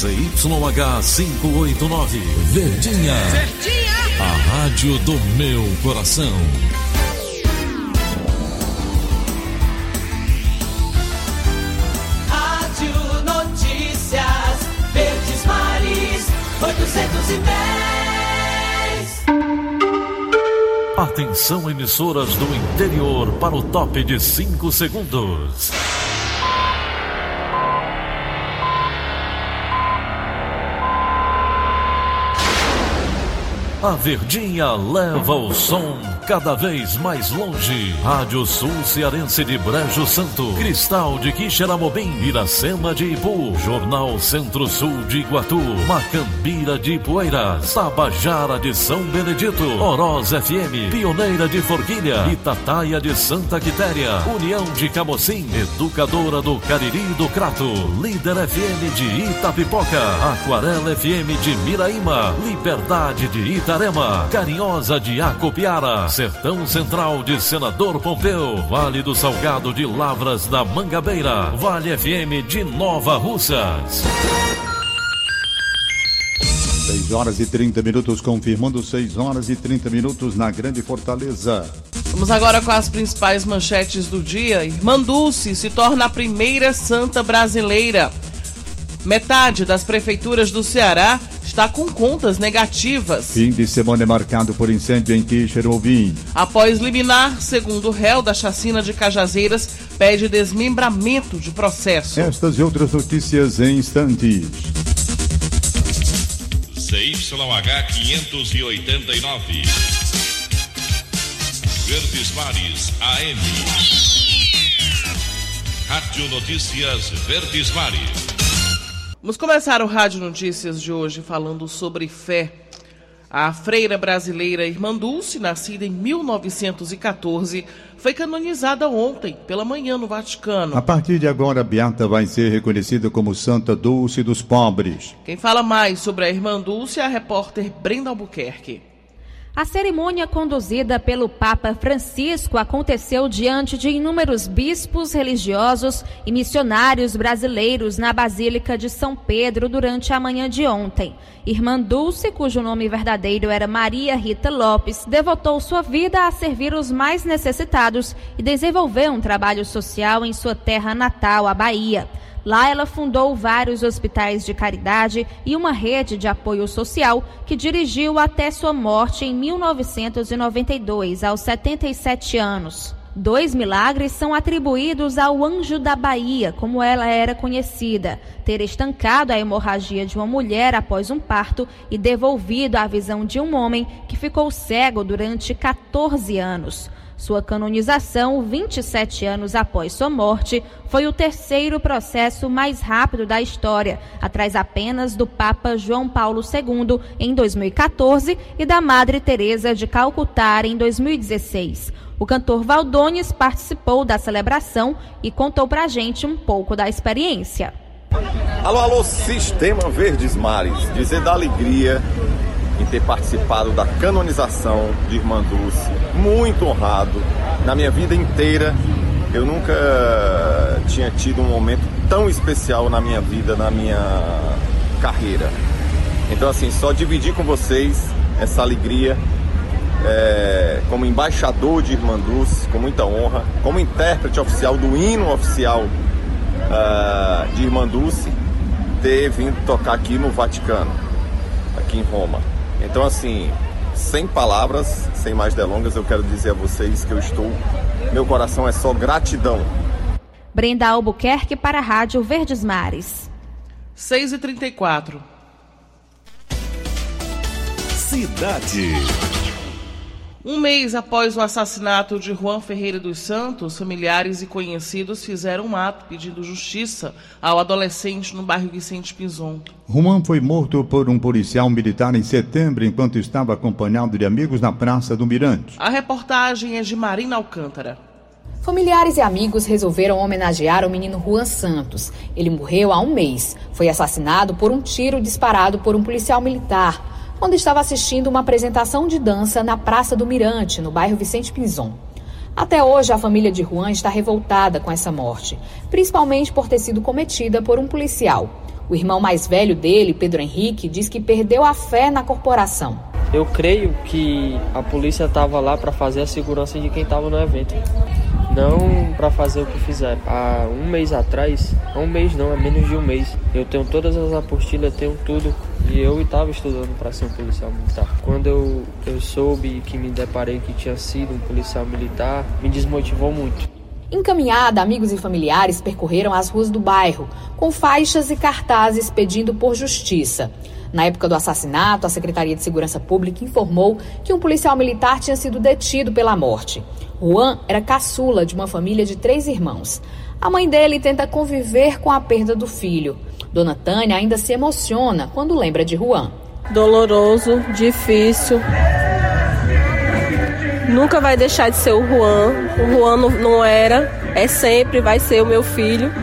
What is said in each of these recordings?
ZYH 589, Verdinha. A rádio do meu coração. Rádio Notícias Verdes Mares 810. Atenção, emissoras do interior, para o top de 5 segundos. A Verdinha leva o som cada vez mais longe. Rádio Sul Cearense de Brejo Santo, Cristal de Quixeramobim, Iracema de Ipu, Jornal Centro-Sul de Iguatu, Macambira de Ipueiras, Tabajara de São Benedito, Oroz FM, Pioneira de Forquilha, Itataia de Santa Quitéria, União de Camocim, Educadora do Cariri do Crato, Líder FM de Itapipoca, Aquarela FM de Miraíma, Liberdade de Itarema, Carinhosa de Acopiara, Sertão Central de Senador Pompeu, Vale do Salgado de Lavras da Mangabeira, Vale FM de Nova Russas. 6 horas e 30 minutos, confirmando 6 horas e 30 minutos na Grande Fortaleza. Vamos agora com as principais manchetes do dia. Irmã Dulce se torna a primeira santa brasileira. Metade das prefeituras do Ceará está com contas negativas. Fim de semana é marcado por incêndio em Quixeramobim. Após liminar, segundo réu da chacina de Cajazeiras, pede desmembramento de processo. Estas e outras notícias em instantes. ZYH 589. Verdes Mares AM. Rádio Notícias Verdes Mares. Vamos começar o Rádio Notícias de hoje falando sobre fé. A freira brasileira Irmã Dulce, nascida em 1914, foi canonizada ontem, pela manhã, no Vaticano. A partir de agora, a beata vai ser reconhecida como Santa Dulce dos Pobres. Quem fala mais sobre a Irmã Dulce é a repórter Brenda Albuquerque. A cerimônia conduzida pelo Papa Francisco aconteceu diante de inúmeros bispos, religiosos e missionários brasileiros na Basílica de São Pedro durante a manhã de ontem. Irmã Dulce, cujo nome verdadeiro era Maria Rita Lopes, devotou sua vida a servir os mais necessitados e desenvolveu um trabalho social em sua terra natal, a Bahia. Lá ela fundou vários hospitais de caridade e uma rede de apoio social que dirigiu até sua morte em 1992, aos 77 anos. 2 milagres são atribuídos ao Anjo da Bahia, como ela era conhecida: ter estancado a hemorragia de uma mulher após um parto e devolvido a visão de um homem que ficou cego durante 14 anos. Sua canonização, 27 anos após sua morte, foi o terceiro processo mais rápido da história, atrás apenas do Papa João Paulo II em 2014 e da Madre Teresa de Calcutá em 2016. O cantor Valdones participou da celebração e contou pra gente um pouco da experiência. Alô, Sistema Verdes Mares, dizer da alegria em ter participado da canonização de Irmã Dulce. Muito honrado. Na minha vida inteira, eu nunca tinha tido um momento tão especial na minha vida, na minha carreira. Então, assim, só dividir com vocês essa alegria, como embaixador de Irmã Dulce, com muita honra, como intérprete oficial do hino oficial de Irmã Dulce, ter vindo tocar aqui no Vaticano, aqui em Roma. Então, assim, sem palavras, sem mais delongas, eu quero dizer a vocês que meu coração é só gratidão. Brenda Albuquerque para a Rádio Verdes Mares. 6h34. Cidade. Um mês após o assassinato de Juan Ferreira dos Santos, familiares e conhecidos fizeram um ato pedindo justiça ao adolescente no bairro Vicente Pinzon. Juan foi morto por um policial militar em setembro, enquanto estava acompanhado de amigos na Praça do Mirante. A reportagem é de Marina Alcântara. Familiares e amigos resolveram homenagear o menino Juan Santos. Ele morreu há um mês. Foi assassinado por um tiro disparado por um policial militar, quando estava assistindo uma apresentação de dança na Praça do Mirante, no bairro Vicente Pinzon. Até hoje, a família de Juan está revoltada com essa morte, principalmente por ter sido cometida por um policial. O irmão mais velho dele, Pedro Henrique, diz que perdeu a fé na corporação. Eu creio que a polícia estava lá para fazer a segurança de quem estava no evento, não para fazer o que fizeram. Há um mês atrás, há menos de um mês, eu tenho todas as apostilas, tenho tudo, e eu estava estudando para ser um policial militar. Quando eu soube que me deparei que tinha sido um policial militar, me desmotivou muito. Encaminhada, amigos e familiares percorreram as ruas do bairro, com faixas e cartazes pedindo por justiça. Na época do assassinato, a Secretaria de Segurança Pública informou que um policial militar tinha sido detido pela morte. Juan era caçula de uma família de 3 irmãos. A mãe dele tenta conviver com a perda do filho. Dona Tânia ainda se emociona quando lembra de Juan. Doloroso, difícil. Nunca vai deixar de ser o Juan. O Juan não era, é sempre, vai ser o meu filho,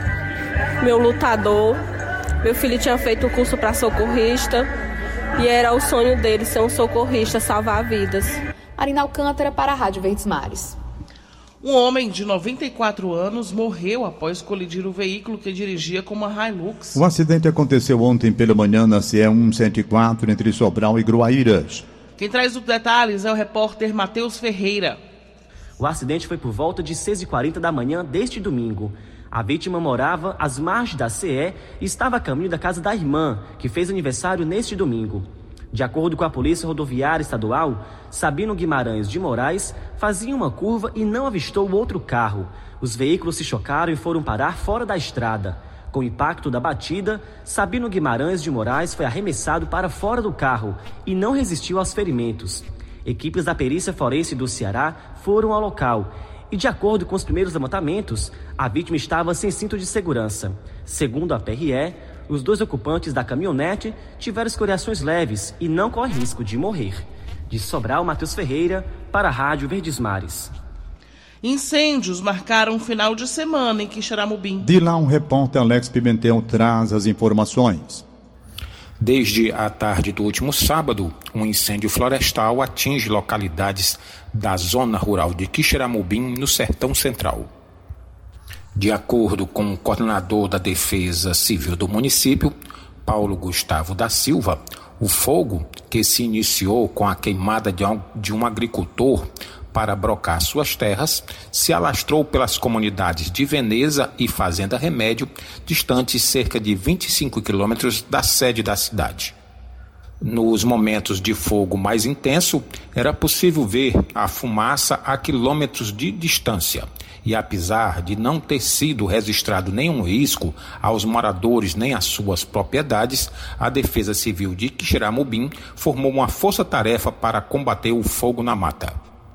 meu lutador. Meu filho tinha feito um curso para socorrista e era o sonho dele ser um socorrista, salvar vidas. Marina Alcântara para a Rádio Verdes Mares. Um homem de 94 anos morreu após colidir o veículo que dirigia com uma Hilux. O acidente aconteceu ontem pela manhã na CE 174 entre Sobral e Gruaíras. Quem traz os detalhes é o repórter Matheus Ferreira. O acidente foi por volta de 6h40 da manhã deste domingo. A vítima morava às margens da CE e estava a caminho da casa da irmã, que fez aniversário neste domingo. De acordo com a Polícia Rodoviária Estadual, Sabino Guimarães de Moraes fazia uma curva e não avistou o outro carro. Os veículos se chocaram e foram parar fora da estrada. Com o impacto da batida, Sabino Guimarães de Moraes foi arremessado para fora do carro e não resistiu aos ferimentos. Equipes da Perícia Forense do Ceará foram ao local e, de acordo com os primeiros levantamentos, a vítima estava sem cinto de segurança. Segundo a PRE, os 2 ocupantes da caminhonete tiveram escoriações leves e não correm risco de morrer. De Sobral, Matheus Ferreira, para a Rádio Verdes Mares. Incêndios marcaram o final de semana em Quixeramobim. De lá, um repórter Alex Pimentel traz as informações. Desde a tarde do último sábado, um incêndio florestal atinge localidades da zona rural de Quixeramobim, no Sertão Central. De acordo com o coordenador da Defesa Civil do município, Paulo Gustavo da Silva, o fogo, que se iniciou com a queimada de um agricultor para brocar suas terras, se alastrou pelas comunidades de Veneza e Fazenda Remédio, distantes cerca de 25 quilômetros da sede da cidade. Nos momentos de fogo mais intenso, era possível ver a fumaça a quilômetros de distância. E apesar de não ter sido registrado nenhum risco aos moradores nem às suas propriedades, a Defesa Civil de Quixeramobim formou uma força-tarefa para combater o fogo na mata.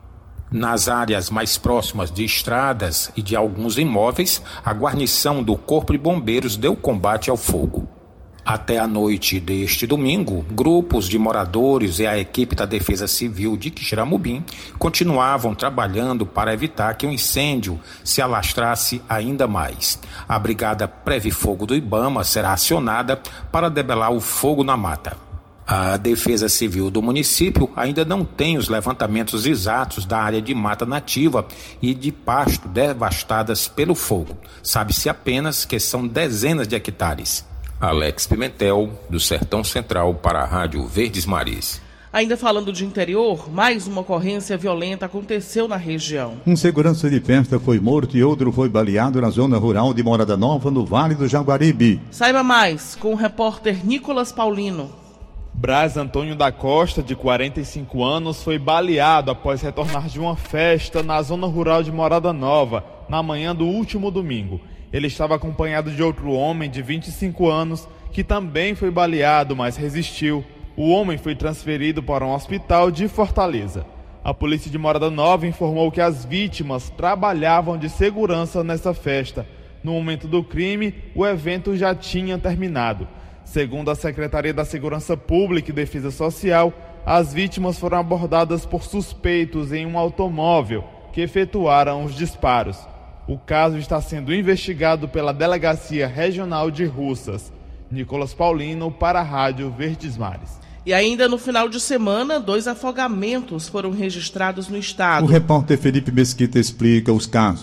Nas áreas mais próximas de estradas e de alguns imóveis, a guarnição do Corpo de Bombeiros deu combate ao fogo. Até a noite deste domingo, grupos de moradores e a equipe da Defesa Civil de Quixeramobim continuavam trabalhando para evitar que o incêndio se alastrasse ainda mais. A Brigada Preve Fogo do Ibama será acionada para debelar o fogo na mata. A Defesa Civil do município ainda não tem os levantamentos exatos da área de mata nativa e de pasto devastadas pelo fogo. Sabe-se apenas que são dezenas de hectares. Alex Pimentel, do Sertão Central, para a Rádio Verdes Mares. Ainda falando de interior, mais uma ocorrência violenta aconteceu na região. Um segurança de festa foi morto e outro foi baleado na zona rural de Morada Nova, no Vale do Jaguaribe. Saiba mais com o repórter Nicolas Paulino. Braz Antônio da Costa, de 45 anos, foi baleado após retornar de uma festa na zona rural de Morada Nova, na manhã do último domingo. Ele estava acompanhado de outro homem de 25 anos, que também foi baleado, mas resistiu. O homem foi transferido para um hospital de Fortaleza. A polícia de Morada Nova informou que as vítimas trabalhavam de segurança nessa festa. No momento do crime, o evento já tinha terminado. Segundo a Secretaria da Segurança Pública e Defesa Social, as vítimas foram abordadas por suspeitos em um automóvel que efetuaram os disparos. O caso está sendo investigado pela Delegacia Regional de Russas. Nicolas Paulino para a Rádio Verdes Mares. E ainda no final de semana, 2 afogamentos foram registrados no estado. O repórter Felipe Mesquita explica os casos.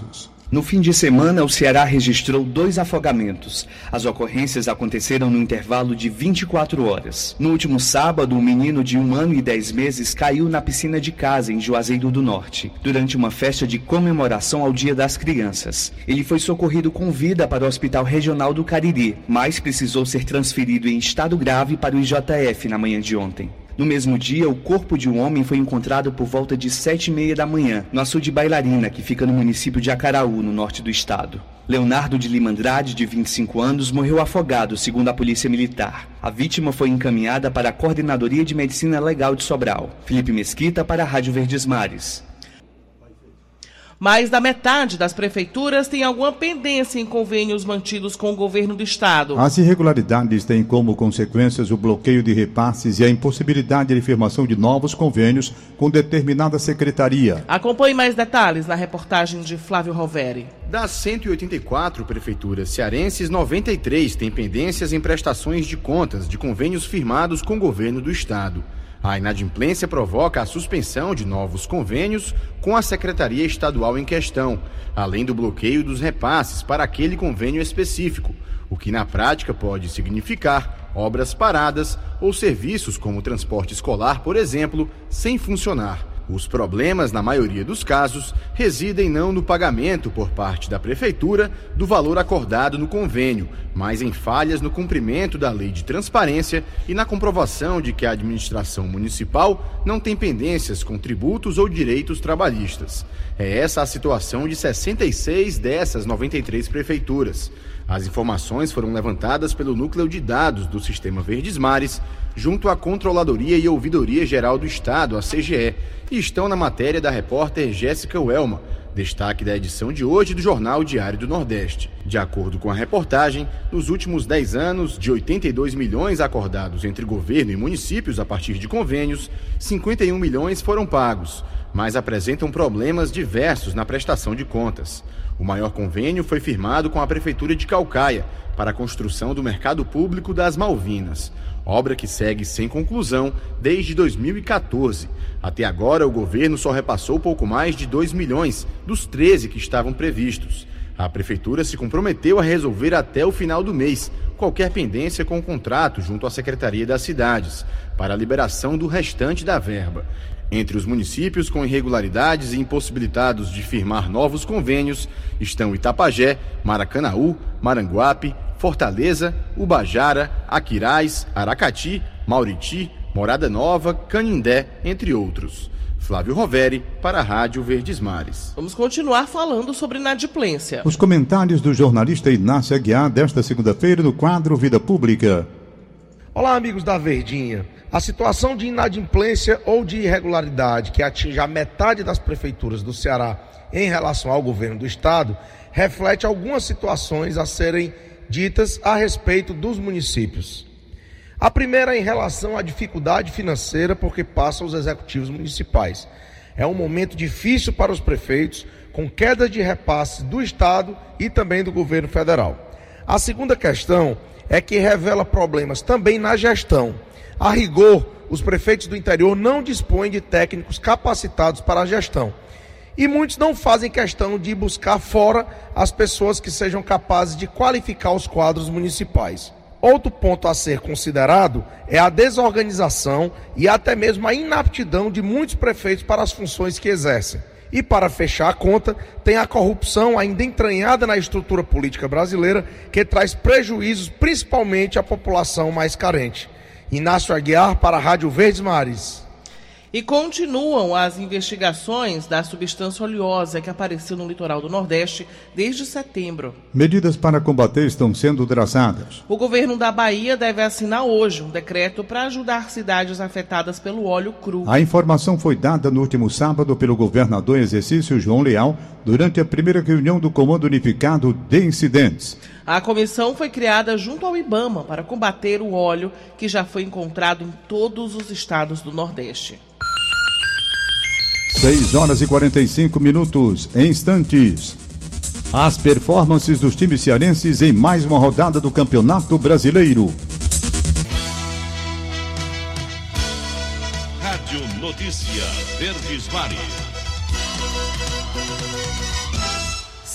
No fim de semana, o Ceará registrou 2 afogamentos. As ocorrências aconteceram no intervalo de 24 horas. No último sábado, um menino de 1 ano e 10 meses caiu na piscina de casa em Juazeiro do Norte, durante uma festa de comemoração ao Dia das Crianças. Ele foi socorrido com vida para o Hospital Regional do Cariri, mas precisou ser transferido em estado grave para o IJF na manhã de ontem. No mesmo dia, o corpo de um homem foi encontrado por volta de 7h30 da manhã, no açude Bailarina, que fica no município de Acaraú, no norte do estado. Leonardo de Lima Andrade, de 25 anos, morreu afogado, segundo a Polícia Militar. A vítima foi encaminhada para a Coordenadoria de Medicina Legal de Sobral. Felipe Mesquita, para a Rádio Verdes Mares. Mais da metade das prefeituras tem alguma pendência em convênios mantidos com o governo do estado. As irregularidades têm como consequências o bloqueio de repasses e a impossibilidade de firmação de novos convênios com determinada secretaria. Acompanhe mais detalhes na reportagem de Flávio Roveri. Das 184 prefeituras cearenses, 93 têm pendências em prestações de contas de convênios firmados com o governo do estado. A inadimplência provoca a suspensão de novos convênios com a secretaria estadual em questão, além do bloqueio dos repasses para aquele convênio específico, o que na prática pode significar obras paradas ou serviços como transporte escolar, por exemplo, sem funcionar. Os problemas, na maioria dos casos, residem não no pagamento por parte da prefeitura do valor acordado no convênio, mas em falhas no cumprimento da lei de transparência e na comprovação de que a administração municipal não tem pendências com tributos ou direitos trabalhistas. É essa a situação de 66 dessas 93 prefeituras. As informações foram levantadas pelo Núcleo de Dados do Sistema Verdes Mares, junto à Controladoria e Ouvidoria Geral do Estado, a CGE, e estão na matéria da repórter Jéssica Welma, destaque da edição de hoje do Jornal Diário do Nordeste. De acordo com a reportagem, nos últimos 10 anos, de 82 milhões acordados entre governo e municípios a partir de convênios, 51 milhões foram pagos, mas apresentam problemas diversos na prestação de contas. O maior convênio foi firmado com a Prefeitura de Caucaia para a construção do Mercado Público das Malvinas, obra que segue sem conclusão desde 2014. Até agora, o governo só repassou pouco mais de 2 milhões dos 13 que estavam previstos. A Prefeitura se comprometeu a resolver até o final do mês qualquer pendência com o contrato junto à Secretaria das Cidades, para a liberação do restante da verba. Entre os municípios com irregularidades e impossibilitados de firmar novos convênios estão Itapajé, Maracanaú, Maranguape, Fortaleza, Ubajara, Aquiraz, Aracati, Mauriti, Morada Nova, Canindé, entre outros. Flávio Roveri, para a Rádio Verdes Mares. Vamos continuar falando sobre inadimplência. Os comentários do jornalista Inácio Aguiar desta segunda-feira no quadro Vida Pública. Olá, amigos da Verdinha. A situação de inadimplência ou de irregularidade que atinge a metade das prefeituras do Ceará em relação ao governo do estado reflete algumas situações a serem ditas a respeito dos municípios. A primeira é em relação à dificuldade financeira porque passa aos executivos municipais. É um momento difícil para os prefeitos, com queda de repasses do estado e também do governo federal. A segunda questão é que revela problemas também na gestão. A rigor, os prefeitos do interior não dispõem de técnicos capacitados para a gestão. E muitos não fazem questão de buscar fora as pessoas que sejam capazes de qualificar os quadros municipais. Outro ponto a ser considerado é a desorganização e até mesmo a inaptidão de muitos prefeitos para as funções que exercem. E para fechar a conta, tem a corrupção ainda entranhada na estrutura política brasileira, que traz prejuízos principalmente à população mais carente. Inácio Aguiar, para a Rádio Verdes Mares. E continuam as investigações da substância oleosa que apareceu no litoral do Nordeste desde setembro. Medidas para combater estão sendo traçadas. O governo da Bahia deve assinar hoje um decreto para ajudar cidades afetadas pelo óleo cru. A informação foi dada no último sábado pelo governador em exercício João Leal, durante a primeira reunião do Comando Unificado de Incidentes. A comissão foi criada junto ao IBAMA para combater o óleo que já foi encontrado em todos os estados do Nordeste. 6h45, em instantes. As performances dos times cearenses em mais uma rodada do Campeonato Brasileiro. Rádio Notícia Verdes Mares.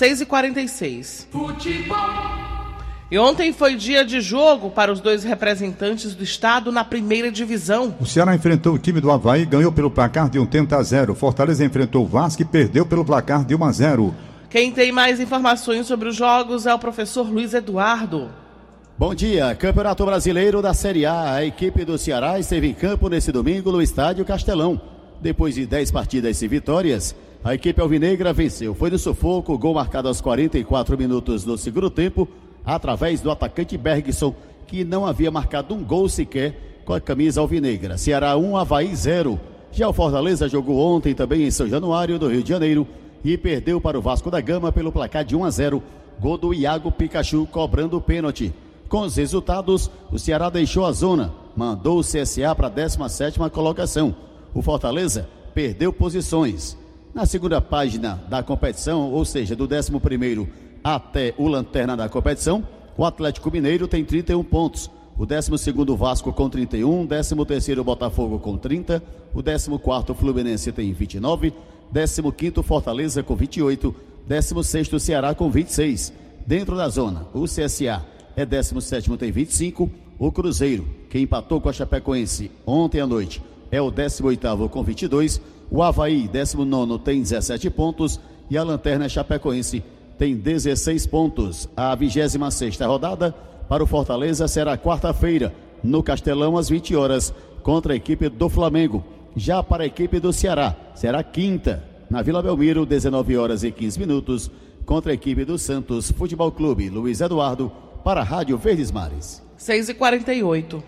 6h46. Futebol. E ontem foi dia de jogo para os dois representantes do estado na primeira divisão. O Ceará enfrentou o time do Avaí e ganhou pelo placar de 1-0. Fortaleza enfrentou o Vasco e perdeu pelo placar de 1-0. Quem tem mais informações sobre os jogos é o professor Luiz Eduardo. Bom dia, Campeonato Brasileiro da Série A. A equipe do Ceará esteve em campo nesse domingo no Estádio Castelão. Depois de 10 partidas e vitórias, a equipe alvinegra venceu. Foi no sufoco, gol marcado aos 44 minutos do segundo tempo, através do atacante Bergson, que não havia marcado um gol sequer com a camisa alvinegra. Ceará 1, Avaí 0. Já o Fortaleza jogou ontem também em São Januário, do Rio de Janeiro, e perdeu para o Vasco da Gama pelo placar de 1-0. Gol do Iago Pikachu cobrando o pênalti. Com os resultados, o Ceará deixou a zona, mandou o CSA para a 17ª colocação. O Fortaleza perdeu posições. Na segunda página da competição, ou seja, do 11º até o lanterna da competição, o Atlético Mineiro tem 31 pontos. O 12º Vasco com 31, 13º Botafogo com 30, o 14º Fluminense tem 29, 15º Fortaleza com 28, 16º Ceará com 26. Dentro da zona, o CSA é 17º, tem 25. O Cruzeiro, que empatou com a Chapecoense ontem à noite, é o 18º com 22. O Avaí, 19º, tem 17 pontos. E a Lanterna Chapecoense tem 16 pontos. A 26ª rodada para o Fortaleza será quarta-feira, no Castelão, às 20 horas, contra a equipe do Flamengo. Já para a equipe do Ceará, será quinta, na Vila Belmiro, 19 horas e 15 minutos, contra a equipe do Santos Futebol Clube. Luiz Eduardo, para a Rádio Verdes Mares. 6h48.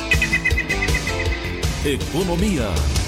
Economia.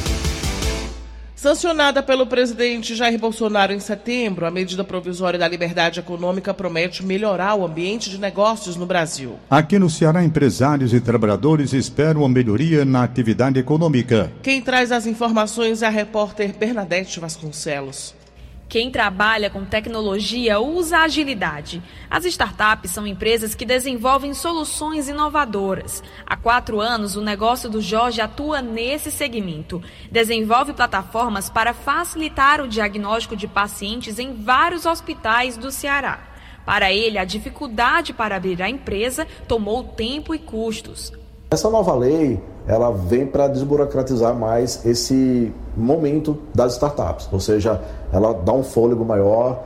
Sancionada pelo presidente Jair Bolsonaro em setembro, a medida provisória da liberdade econômica promete melhorar o ambiente de negócios no Brasil. Aqui no Ceará, empresários e trabalhadores esperam uma melhoria na atividade econômica. Quem traz as informações é a repórter Bernadette Vasconcelos. Quem trabalha com tecnologia usa agilidade. As startups são empresas que desenvolvem soluções inovadoras. Há 4 anos, o negócio do Jorge atua nesse segmento. Desenvolve plataformas para facilitar o diagnóstico de pacientes em vários hospitais do Ceará. Para ele, a dificuldade para abrir a empresa tomou tempo e custos. Essa nova lei, ela vem para desburocratizar mais esse momento das startups, ou seja, ela dá um fôlego maior.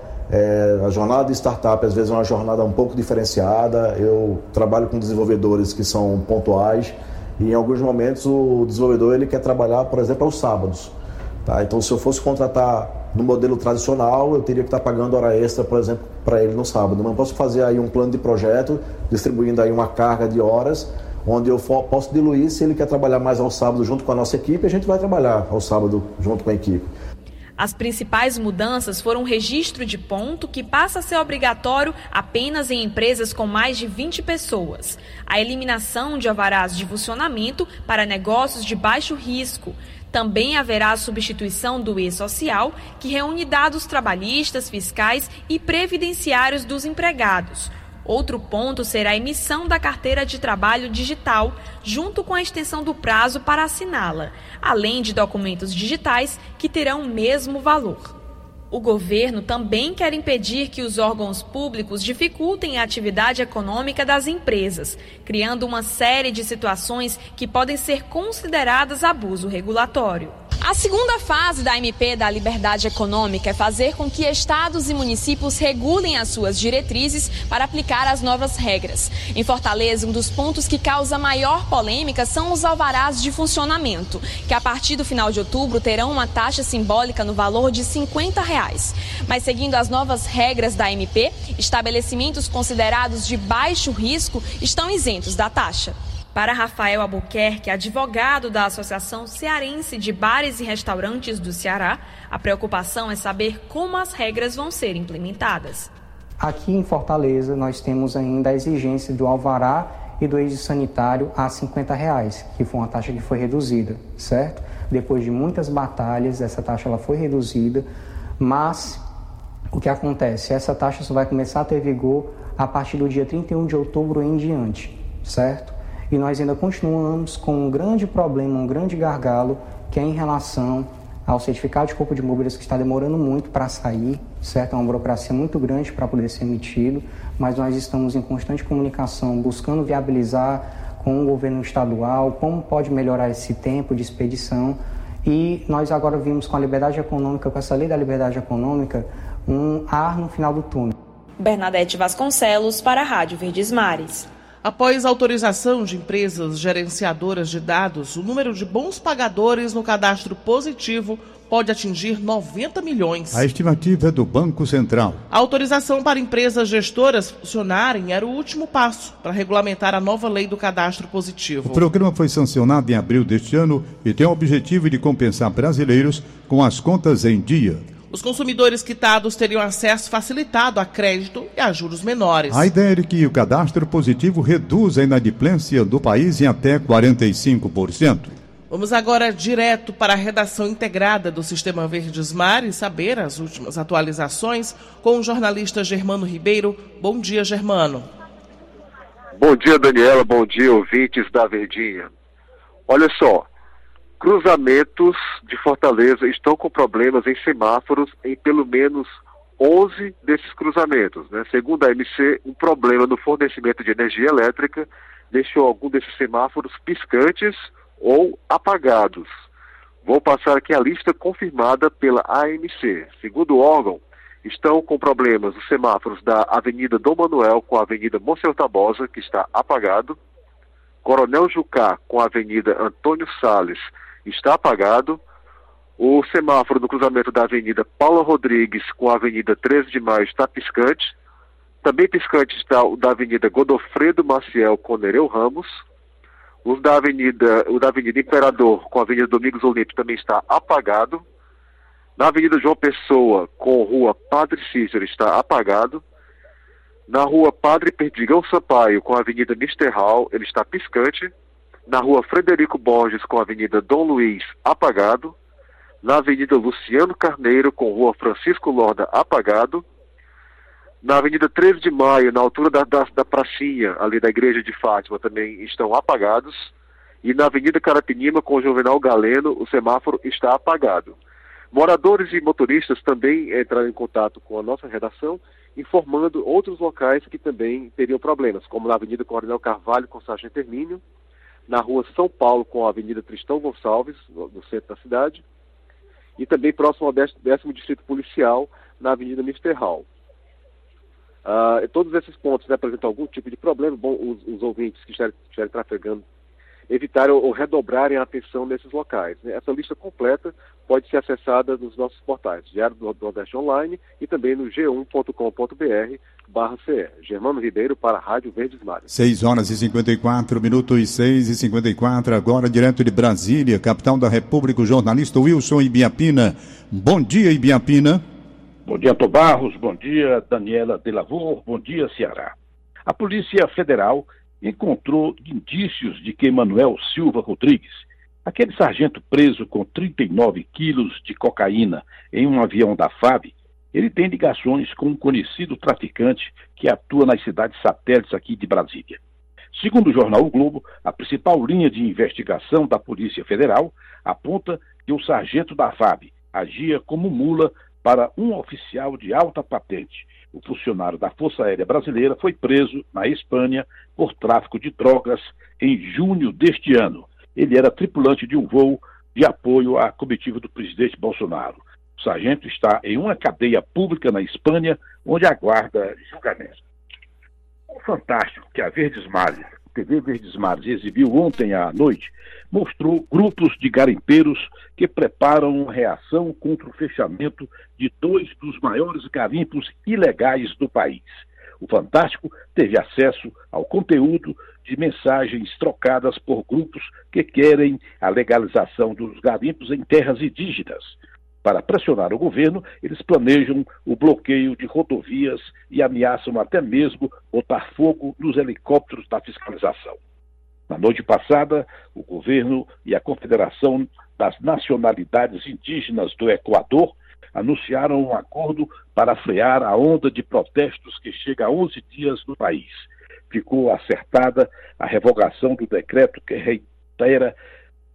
A jornada de startup às vezes é uma jornada um pouco diferenciada. Eu trabalho com desenvolvedores que são pontuais e em alguns momentos o desenvolvedor ele quer trabalhar, por exemplo, aos sábados. Tá? Então, se eu fosse contratar no modelo tradicional, eu teria que estar pagando hora extra, por exemplo, para ele no sábado. Não posso fazer aí um plano de projeto, distribuindo aí uma carga de horas, onde eu posso diluir. Se ele quer trabalhar mais ao sábado junto com a nossa equipe, a gente vai trabalhar ao sábado junto com a equipe. As principais mudanças foram o registro de ponto, que passa a ser obrigatório apenas em empresas com mais de 20 pessoas. A eliminação de alvarás de funcionamento para negócios de baixo risco. Também haverá a substituição do e-social, que reúne dados trabalhistas, fiscais e previdenciários dos empregados. Outro ponto será a emissão da carteira de trabalho digital, junto com a extensão do prazo para assiná-la, além de documentos digitais que terão o mesmo valor. O governo também quer impedir que os órgãos públicos dificultem a atividade econômica das empresas, criando uma série de situações que podem ser consideradas abuso regulatório. A segunda fase da MP da liberdade econômica é fazer com que estados e municípios regulem as suas diretrizes para aplicar as novas regras. Em Fortaleza, um dos pontos que causa maior polêmica são os alvarás de funcionamento, que a partir do final de outubro terão uma taxa simbólica no valor de R$ 50. Mas seguindo as novas regras da MP, estabelecimentos considerados de baixo risco estão isentos da taxa. Para Rafael Albuquerque, advogado da Associação Cearense de Bares e Restaurantes do Ceará, a preocupação é saber como as regras vão ser implementadas. Aqui em Fortaleza, nós temos ainda a exigência do alvará e do exame sanitário a R$ 50, que foi uma taxa que foi reduzida, certo? Depois de muitas batalhas, essa taxa ela foi reduzida, mas o que acontece? Essa taxa só vai começar a ter vigor a partir do dia 31 de outubro em diante, certo? E nós ainda continuamos com um grande problema, um grande gargalo, que é em relação ao certificado de corpo de bombeiros, que está demorando muito para sair, certo? É uma burocracia muito grande para poder ser emitido, mas nós estamos em constante comunicação, buscando viabilizar com o governo estadual como pode melhorar esse tempo de expedição. E nós agora vimos com a liberdade econômica, com essa lei da liberdade econômica, um ar no final do túnel. Bernadette Vasconcelos para a Rádio Verdes Mares. Após autorização de empresas gerenciadoras de dados, o número de bons pagadores no cadastro positivo pode atingir 90 milhões. A estimativa é do Banco Central. A autorização para empresas gestoras funcionarem era o último passo para regulamentar a nova lei do cadastro positivo. O programa foi sancionado em abril deste ano e tem o objetivo de compensar brasileiros com as contas em dia. Os consumidores quitados teriam acesso facilitado a crédito e a juros menores. A ideia é de que o cadastro positivo reduza a inadimplência do país em até 45%. Vamos agora direto para a redação integrada do Sistema Verdes Mares saber as últimas atualizações com o jornalista Germano Ribeiro. Bom dia, Germano. Bom dia, Daniela. Bom dia, ouvintes da Verdinha. Olha só. Cruzamentos de Fortaleza estão com problemas em semáforos em pelo menos 11 desses cruzamentos, né? Segundo a MC, um problema no fornecimento de energia elétrica deixou algum desses semáforos piscantes ou apagados. Vou passar aqui a lista confirmada pela AMC. Segundo o órgão, estão com problemas os semáforos da Avenida Dom Manuel com a Avenida Monsenhor Tabosa, que está apagado, Coronel Jucá com a Avenida Antônio Salles está apagado. O semáforo do cruzamento da Avenida Paula Rodrigues com a Avenida 13 de Maio está piscante. Também piscante está o da Avenida Godofredo Maciel com Nereu Ramos. O da Avenida Imperador com a Avenida Domingos Olímpio também está apagado. Na Avenida João Pessoa com a Rua Padre Cícero está apagado. Na Rua Padre Perdigão Sampaio com a Avenida Mister Hall, ele está piscante. Na Rua Frederico Borges com a Avenida Dom Luiz, apagado. Na Avenida Luciano Carneiro com a Rua Francisco Lorda, apagado. Na Avenida 13 de Maio, na altura da pracinha, ali da Igreja de Fátima, também estão apagados. E na Avenida Carapinima com o Juvenal Galeno, o semáforo está apagado. Moradores e motoristas também entraram em contato com a nossa redação, informando outros locais que também teriam problemas, como na Avenida Coronel Carvalho com Sargento Hermínio, na Rua São Paulo com a Avenida Tristão Gonçalves, no centro da cidade, e também próximo ao 10º Distrito Policial, na Avenida Mister Hall. Todos esses pontos apresentam algum tipo de problema. Bom, os ouvintes que estiverem trafegando evitarem ou redobrarem a atenção nesses locais, né? Essa lista completa pode ser acessada nos nossos portais, Diário do Nordeste Online e também no g1.com.br/CE. Germano Ribeiro para a Rádio Verdes Mares. 6h54, 6h54, agora direto de Brasília, capital da República, o jornalista Wilson Ibiapina. Bom dia, Ibiapina. Bom dia, Tô Barros. Bom dia, Daniela Delavor. Bom dia, Ceará. A Polícia Federal encontrou indícios de que Emanuel Silva Rodrigues, aquele sargento preso com 39 quilos de cocaína em um avião da FAB, ele tem ligações com um conhecido traficante que atua nas cidades satélites aqui de Brasília. Segundo o jornal O Globo, a principal linha de investigação da Polícia Federal aponta que o sargento da FAB agia como mula para um oficial de alta patente. O funcionário da Força Aérea Brasileira foi preso na Espanha por tráfico de drogas em junho deste ano. Ele era tripulante de um voo de apoio à comitiva do presidente Bolsonaro. O sargento está em uma cadeia pública na Espanha, onde aguarda julgamento. O fantástico que a TV Verdes Mares exibiu ontem à noite mostrou grupos de garimpeiros que preparam uma reação contra o fechamento de 2 dos maiores garimpos ilegais do país. O Fantástico teve acesso ao conteúdo de mensagens trocadas por grupos que querem a legalização dos garimpos em terras indígenas. Para pressionar o governo, eles planejam o bloqueio de rodovias e ameaçam até mesmo botar fogo nos helicópteros da fiscalização. Na noite passada, o governo e a Confederação das Nacionalidades Indígenas do Equador anunciaram um acordo para frear a onda de protestos que chega a 11 dias no país. Ficou acertada a revogação do decreto que reitera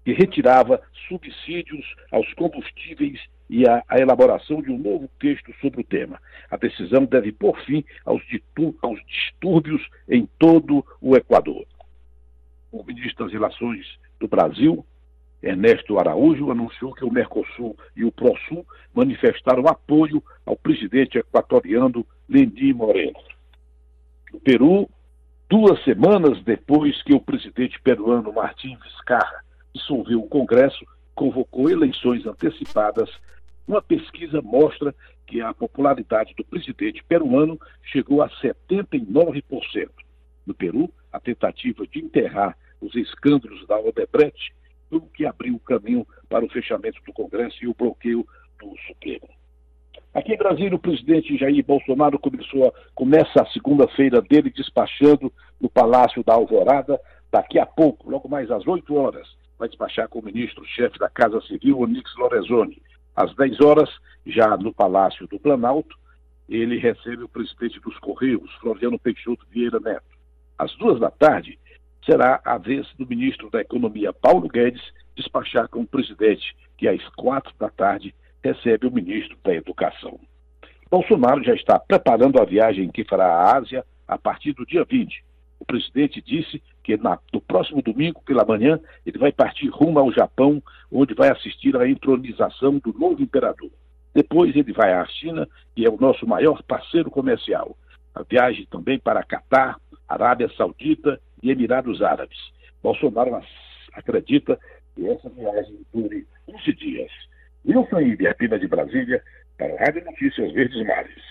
que retirava subsídios aos combustíveis e a elaboração de um novo texto sobre o tema. A decisão deve pôr fim aos distúrbios em todo o Equador. O ministro das Relações do Brasil, Ernesto Araújo, anunciou que o Mercosul e o Prosul manifestaram apoio ao presidente equatoriano Lenín Moreno. No Peru, 2 semanas depois que o presidente peruano Martín Vizcarra dissolveu o Congresso, convocou eleições antecipadas, uma pesquisa mostra que a popularidade do presidente peruano chegou a 79%. No Peru, a tentativa de enterrar os escândalos da Odebrecht foi o que abriu o caminho para o fechamento do Congresso e o bloqueio do Supremo. Aqui em Brasília, o presidente Jair Bolsonaro começa a segunda-feira dele despachando no Palácio da Alvorada. Daqui a pouco, logo mais às 8 horas, vai despachar com o ministro-chefe da Casa Civil, Onyx Lorenzoni. Às 10 horas, já no Palácio do Planalto, ele recebe o presidente dos Correios, Floriano Peixoto Vieira Neto. Às 2 da tarde, será a vez do ministro da Economia, Paulo Guedes, despachar com o presidente, que às 4 da tarde recebe o ministro da Educação. Bolsonaro já está preparando a viagem que fará à Ásia a partir do dia 20. O presidente disse que no próximo domingo, pela manhã, ele vai partir rumo ao Japão, onde vai assistir à entronização do novo imperador. Depois ele vai à China, que é o nosso maior parceiro comercial. A viagem também para Catar, Arábia Saudita e Emirados Árabes. Bolsonaro acredita que essa viagem dure 11 dias. Wilson Ibiapina de Brasília, para a Rádio Notícias Verdes Mares.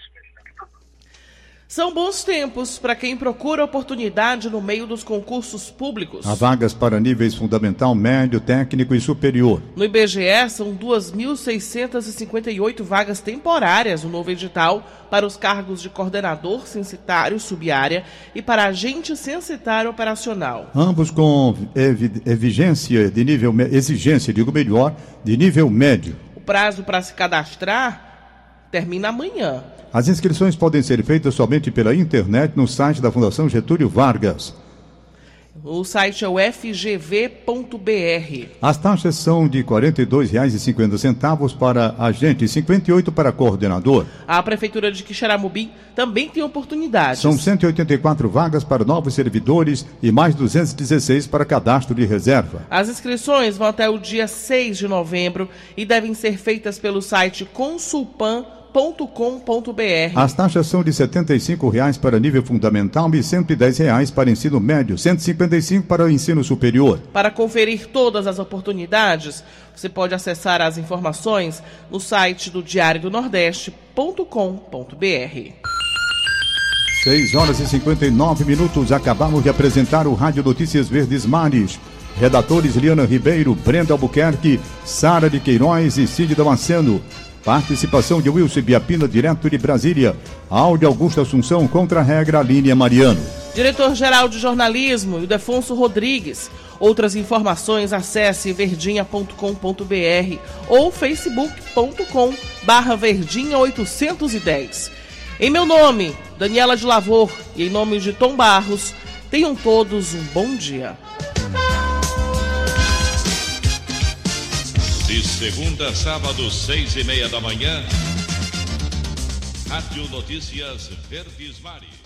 São bons tempos para quem procura oportunidade no meio dos concursos públicos. Há vagas para níveis fundamental, médio, técnico e superior. No IBGE, são 2.658 vagas temporárias no novo edital para os cargos de coordenador censitário subárea e para agente censitário operacional. Ambos com exigência de nível médio. O prazo para se cadastrar termina amanhã. As inscrições podem ser feitas somente pela internet no site da Fundação Getúlio Vargas. O site é o fgv.br. As taxas são de R$ 42,50 para agente e R$ 58 para coordenador. A Prefeitura de Quixeramobim também tem oportunidades. São 184 vagas para novos servidores e mais 216 para cadastro de reserva. As inscrições vão até o dia 6 de novembro e devem ser feitas pelo site consulpan.com.br. As taxas são de R$ 75,00 para nível fundamental e R$ 110,00 para ensino médio, R$ 155 para o ensino superior. Para conferir todas as oportunidades, você pode acessar as informações no site do diariodonordeste.com.br. 6h59. Acabamos de apresentar o Rádio Notícias Verdes Mares. Redatores Liana Ribeiro, Brenda Albuquerque, Sara de Queiroz e Cid Damasceno. Participação de Wilson Ibiapina, direto de Brasília. Áudio Augusto Assunção, contra-regra Línia Mariano. Diretor-geral de jornalismo, Ildefonso Rodrigues. Outras informações, acesse verdinha.com.br ou facebook.com/verdinha810. Em meu nome, Daniela de Lavor, e em nome de Tom Barros, tenham todos um bom dia. De segunda a sábado, 6:30 da manhã, Rádio Notícias Verdes Mares.